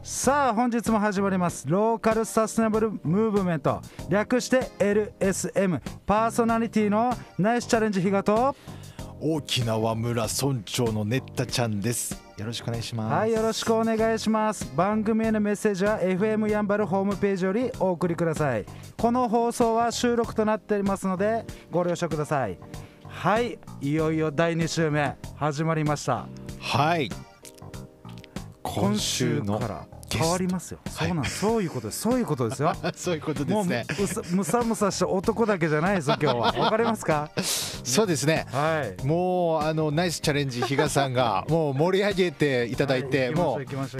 さあ本日も始まりますローカルサステナブルムーブメント、略して LSM。 パーソナリティのナイスチャレンジ比嘉と沖縄村村長のねったちゃんです。よろしくお願いします。 はい、よろしくお願いします。番組へのメッセージは FM やんばるホームページよりお送りください。この放送は収録となっていますのでご了承ください。はい、いよいよ第2週目始まりました。 はい、今週のから変わりますよ。そうなんです、そういうことです。そういうことですよ。 そういうことですね。 もうむさむさした男だけじゃないですよ今日は。わかりますか？ そうですね、 はい、 もうナイスチャレンジ比嘉さんがもう盛り上げていただいて、もう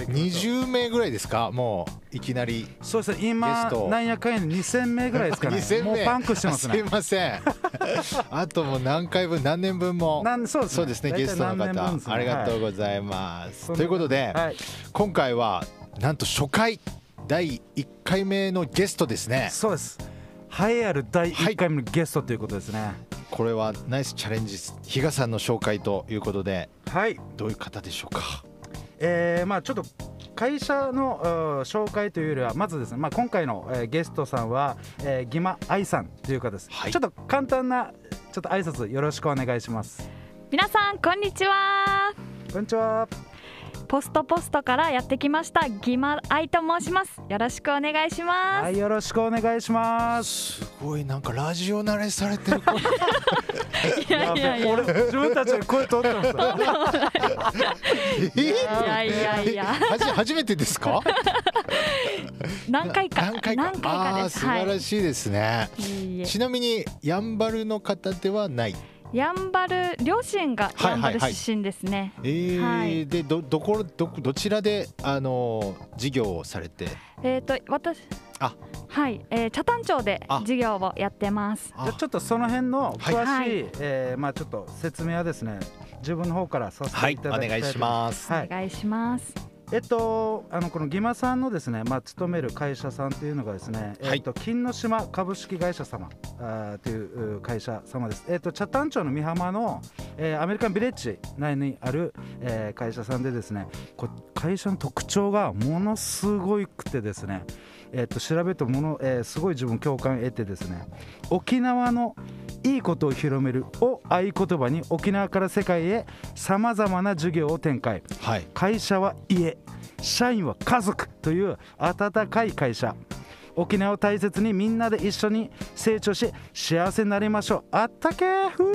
20名ぐらいですか。もういきなりそうですね、今なんやかんや2000名ぐらいですかね。 2000名もうパンクしてますね。 すいませんあともう何回分何年分もそうですね、ゲストの方、ありがとうございます、ということで、今回はなんと初回第1回目のゲストですね。 そうです、栄えある第1回目のゲストということですね。 これはナイスチャレンジ比嘉さんの紹介ということで、 はい、 どういう方でしょうか？ まあちょっと会社の紹介というよりは、まずですね、今回のゲストさんはギマ愛さんという方です、ちょっと簡単なちょっと挨拶よろしくお願いします。 皆さんこんにちは。 こんにちは。 ポストからやってきましたギマ愛と申します。よろしくお願いします。 はい、よろしくお願いします。 すごいなんかラジオ慣れされてる声いやいやいや、 俺自分たちで声取ってますいや初めてですか？ 何回かです。 素晴らしいですね、ちなみにやんばるの方ではない？ やんばる、両親がやんばる出身ですね。 でどちらで事業をされて？ 私北谷町で事業をやってます。 じゃちょっとその辺の詳しい、ちょっと説明はですね、自分の方からさせていただきたいと思います。 お願いします。 お願いします。 このギマさんのですね、勤める会社さんというのがですね、金の島株式会社様という会社様です。北谷町の美浜の、アメリカンビレッジ内にある、会社さんでですね、会社の特徴がものすごいくてですね、調べるとすごい自分共感を得てですね、沖縄のいいことを広めるを合言葉に沖縄から世界へさまざまな事業を展開、会社は家、社員は家族という温かい会社。沖縄を大切にみんなで一緒に成長し幸せになりましょう。あったけ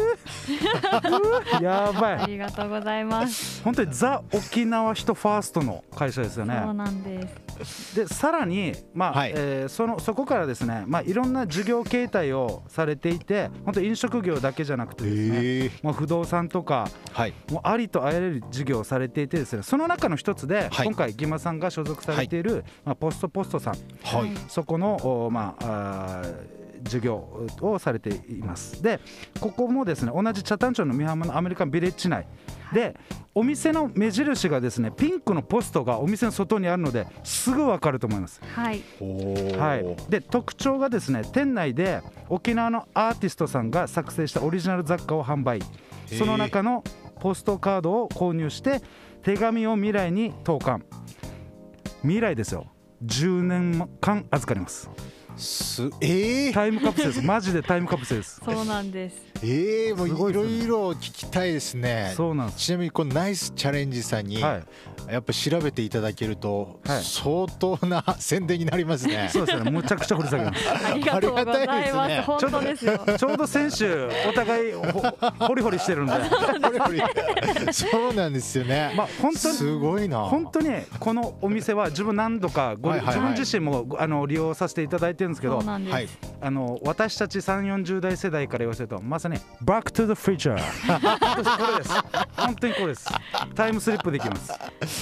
ーやばい、 ありがとうございます。 本当にザ沖縄人ファーストの会社ですよね。 そうなんです。 でさらに、そこからですね、いろんな事業形態をされていて、本当飲食業だけじゃなくてですね、不動産とか、もうありとあらゆる事業をされていてですね、その中の一つで、今回ギマさんが所属されている、ポストさん、そこの事業をされています。でここもですね、同じ北谷町の美浜のアメリカンビレッジ内で、お店の目印がですね、ピンクのポストがお店の外にあるのですぐ分かると思います。で特徴がですね、店内で沖縄のアーティストさんが作成したオリジナル雑貨を販売、その中のポストカードを購入して手紙を未来に投函。未来ですよ、10年間預かります。タイムカプセルです。マジでタイムカプセルです。 そうなんです。 もういろいろ聞きたいですね。 そうなんです。 ちなみにこのナイスチャレンジさんに、やっぱ調べていただけると、相当な宣伝になりますね。 そうですね、むちゃくちゃ掘り下げます。 ありがとうございます。本当ですよ。 ちょうど先週お互いホリホリしてるんでそうなんですよね。 本当にすごいな。 本当にこのお店は自分何度か自分自身も利用させていただいてるんですけど、私たち3、40代世代から言わせると、まさにバックトゥザフューチャーこれです。本当にこれです。タイムスリップできます。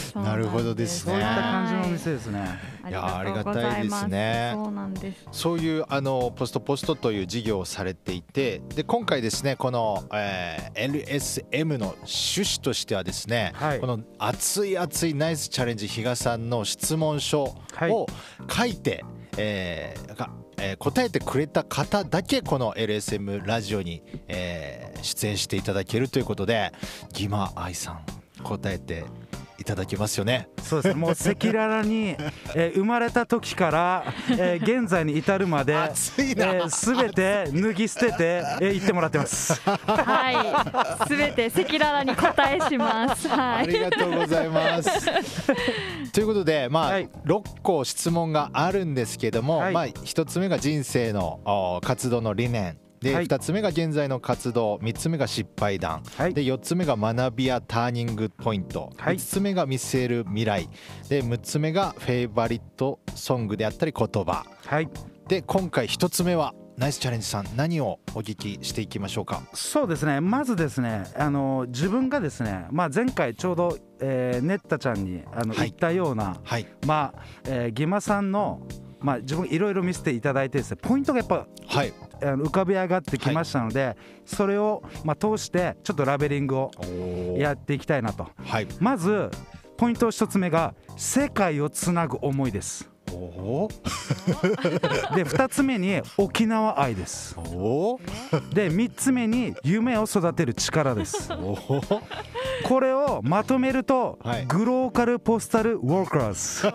なるほどですね。 そういった感じのお店ですね。 いや、ありがたいですね。 そうなんです。 そういうポストという事業をされていて、で今回ですね、この、LSM の趣旨としてはですね、この熱いナイスチャレンジ比嘉さんの質問書を書いて、答えてくれた方だけこの LSM ラジオに、出演していただけるということで、ギマ愛さん答えていただけますよね。 そうですね、もう赤裸々に、生まれた時から、現在に至るまで全て脱ぎ捨てて、言ってもらってます。 はい、全て赤裸々に答えします。はい、 ありがとうございます。ということで、6個質問があるんですけども、1つ目が人生の活動の理念で、2つ目が現在の活動、3つ目が失敗談、で4つ目が学びやターニングポイント、5つ目が見据える未来で、6つ目がフェイバリットソングであったり言葉、で今回1つ目はナイスチャレンジさん、何をお聞きしていきましょうか。 そうですね、まずですね、自分がですね、前回ちょうど、ネッタちゃんに言ったような、ギマさんの、自分いろいろ見せていただいてですね、ポイントがやっぱ、浮かび上がってきましたので、それを、通してちょっとラベリングをやっていきたいなと。まずポイント1つ目が世界をつなぐ思いです。で2つ目に沖縄愛です。で3つ目に夢を育てる力です。これをまとめると、グローカルポスタルウォーカーズ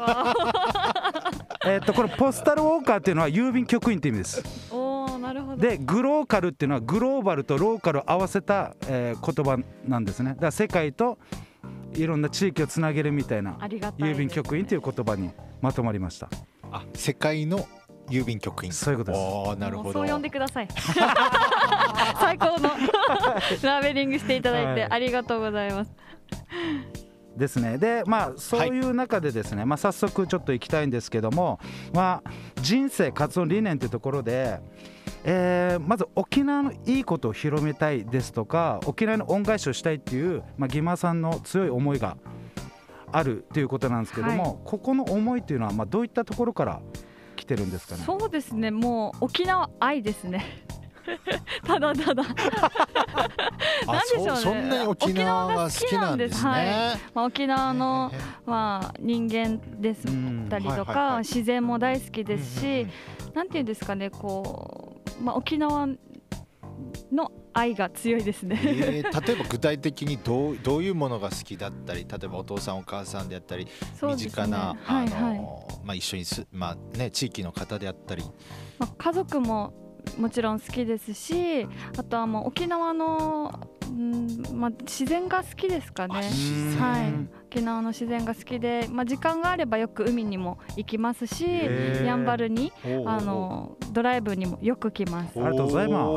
これポスタルウォーカーっていうのは郵便局員って意味です。でグローカルっていうのはグローバルとローカルを合わせた、言葉なんですね。だから世界といろんな地域をつなげるみたいな郵便局員という言葉にまとまりました。 世界の郵便局員、 そういうことです。 なるほど、 そう呼んでください。最高のラベリングしていただいてありがとうございます。 ですね。でそういう中でですね、早速ちょっといきたいんですけども、人生活動理念というところで、まず沖縄のいいことを広めたいですとか、沖縄の恩返しをしたいっていう、ギマさんの強い思いがあるということなんですけども、ここの思いというのは、どういったところから来てるんですかね。 そうですね、もう沖縄愛ですね。ただただなんでしょうね、 そんなに沖縄が好きなんですね。 沖縄の、人間ですったりとか、自然も大好きですし、なんていうんですかね、沖縄の愛が強いですね。 例えば具体的にどういうものが好きだったり、例えばお父さんお母さんであったり、身近な、一緒に地域の方であったり、 家族ももちろん好きですし、あとはもう沖縄の、自然が好きですかね。沖縄の自然が好きで、時間があればよく海にも行きますし、やんばるにドライブにもよく来ます。 ありがとうございます。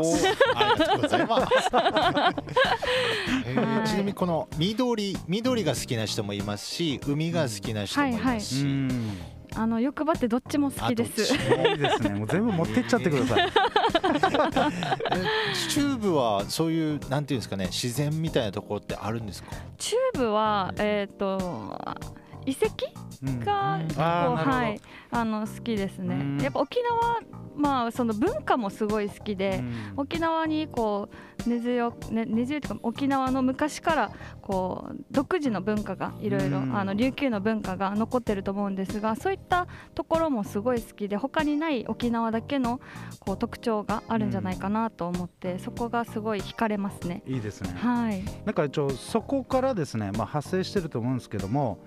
ちなみにこの緑が好きな人もいますし、海が好きな人もいますし、 欲張ってどっちも好きです。 いいですね。もう全部持っていっちゃってください。 チューブはそういうなんていうんですかね、自然みたいなところってあるんですか。 チューブは遺跡が好きですね。やっぱ沖縄、その文化もすごい好きで、沖縄に根強いというか、沖縄の昔から独自の文化がいろいろ、琉球の文化が残ってると思うんですが、そういったところもすごい好きで、他にない沖縄だけの特徴があるんじゃないかなと思って、そこがすごい惹かれますね。 いいですね。だからそこからですね、派生してると思うんですけども、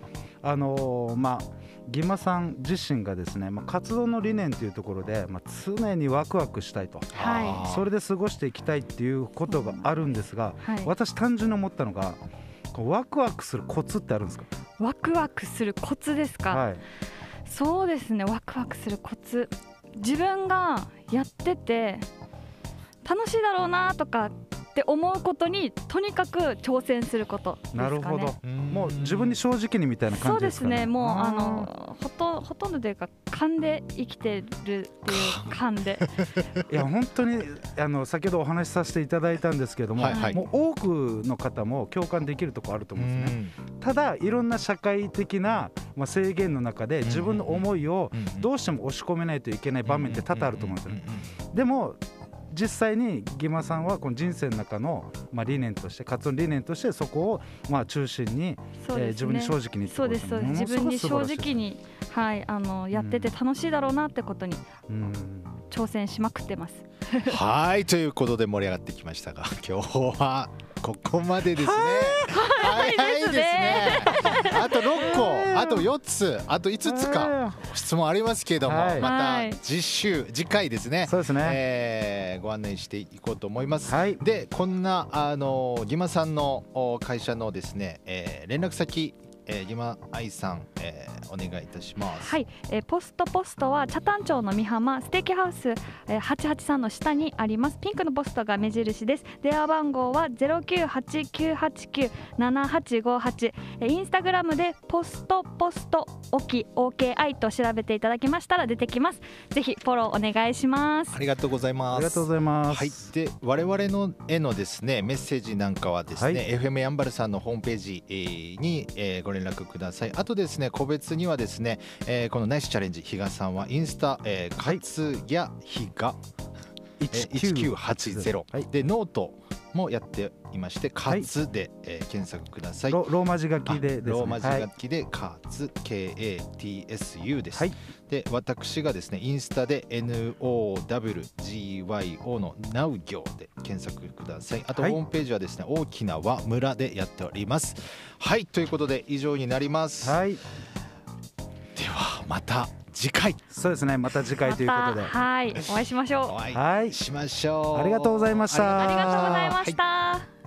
ギマさん自身がですね、活動の理念というところで、常にワクワクしたいと、それで過ごしていきたいっていうことがあるんですが、私単純に思ったのが、ワクワクするコツってあるんですか。 ワクワクするコツですか。そうですね、ワクワクするコツ、自分がやってて楽しいだろうなとかって思うことにとにかく挑戦することですかね。 なるほど。もう自分に正直にみたいな感じですかね。 そうですね。もうほとんどというか勘で生きてるっていう勘でいや本当に先ほどお話しさせていただいたんですけども、もう多くの方も共感できるところあると思うんですね。ただいろんな社会的な制限の中で自分の思いをどうしても押し込めないといけない場面って多々あると思うんですよね。でも実際にギマさんはこの人生の中の理念として、活動理念としてそこを中心に、自分に正直に、 そうです、自分に正直に、やってて楽しいだろうなってことに挑戦しまくってます。 はい、ということで盛り上がってきましたが、今日はここまでですね。早いですね。あと6個、あと4つ、あと5つか質問ありますけれども、また次回ですね。 そうですね。 ご案内していこうと思います。で、こんなギマさんの会社のですね、連絡先。ギマ愛さん、お願いいたします。 はい、ポストは北谷町の美浜ステーキハウス、883の下にあります。ピンクのポストが目印です。電話番号は 098-989-7858、インスタグラムでポストオキ OKI と調べていただきましたら出てきます。ぜひフォローお願いします。 ありがとうございます。 ありがとうございます。 はい、で我々のへのですねメッセージなんかはですね、FM やんばるさんのホームページ、に、ご連絡ください。あとですね個別にはですね、このナイスチャレンジ比嘉さんはインスタ、かつやひが1980、でノートもやっていましてカツで、検索ください。 ローマ字書きでですね。 ローマ字書きでカツ KATSU です。で私がですねインスタで NOWGYO の Now 行で検索ください。あとホームページはですね大きな輪村でやっております。はいということで以上になります。ではまた次回。 そうですね、また次回ということで、 はい、お会いしましょう。 お会いしましょう。 ありがとうございました。 ありがとうございました。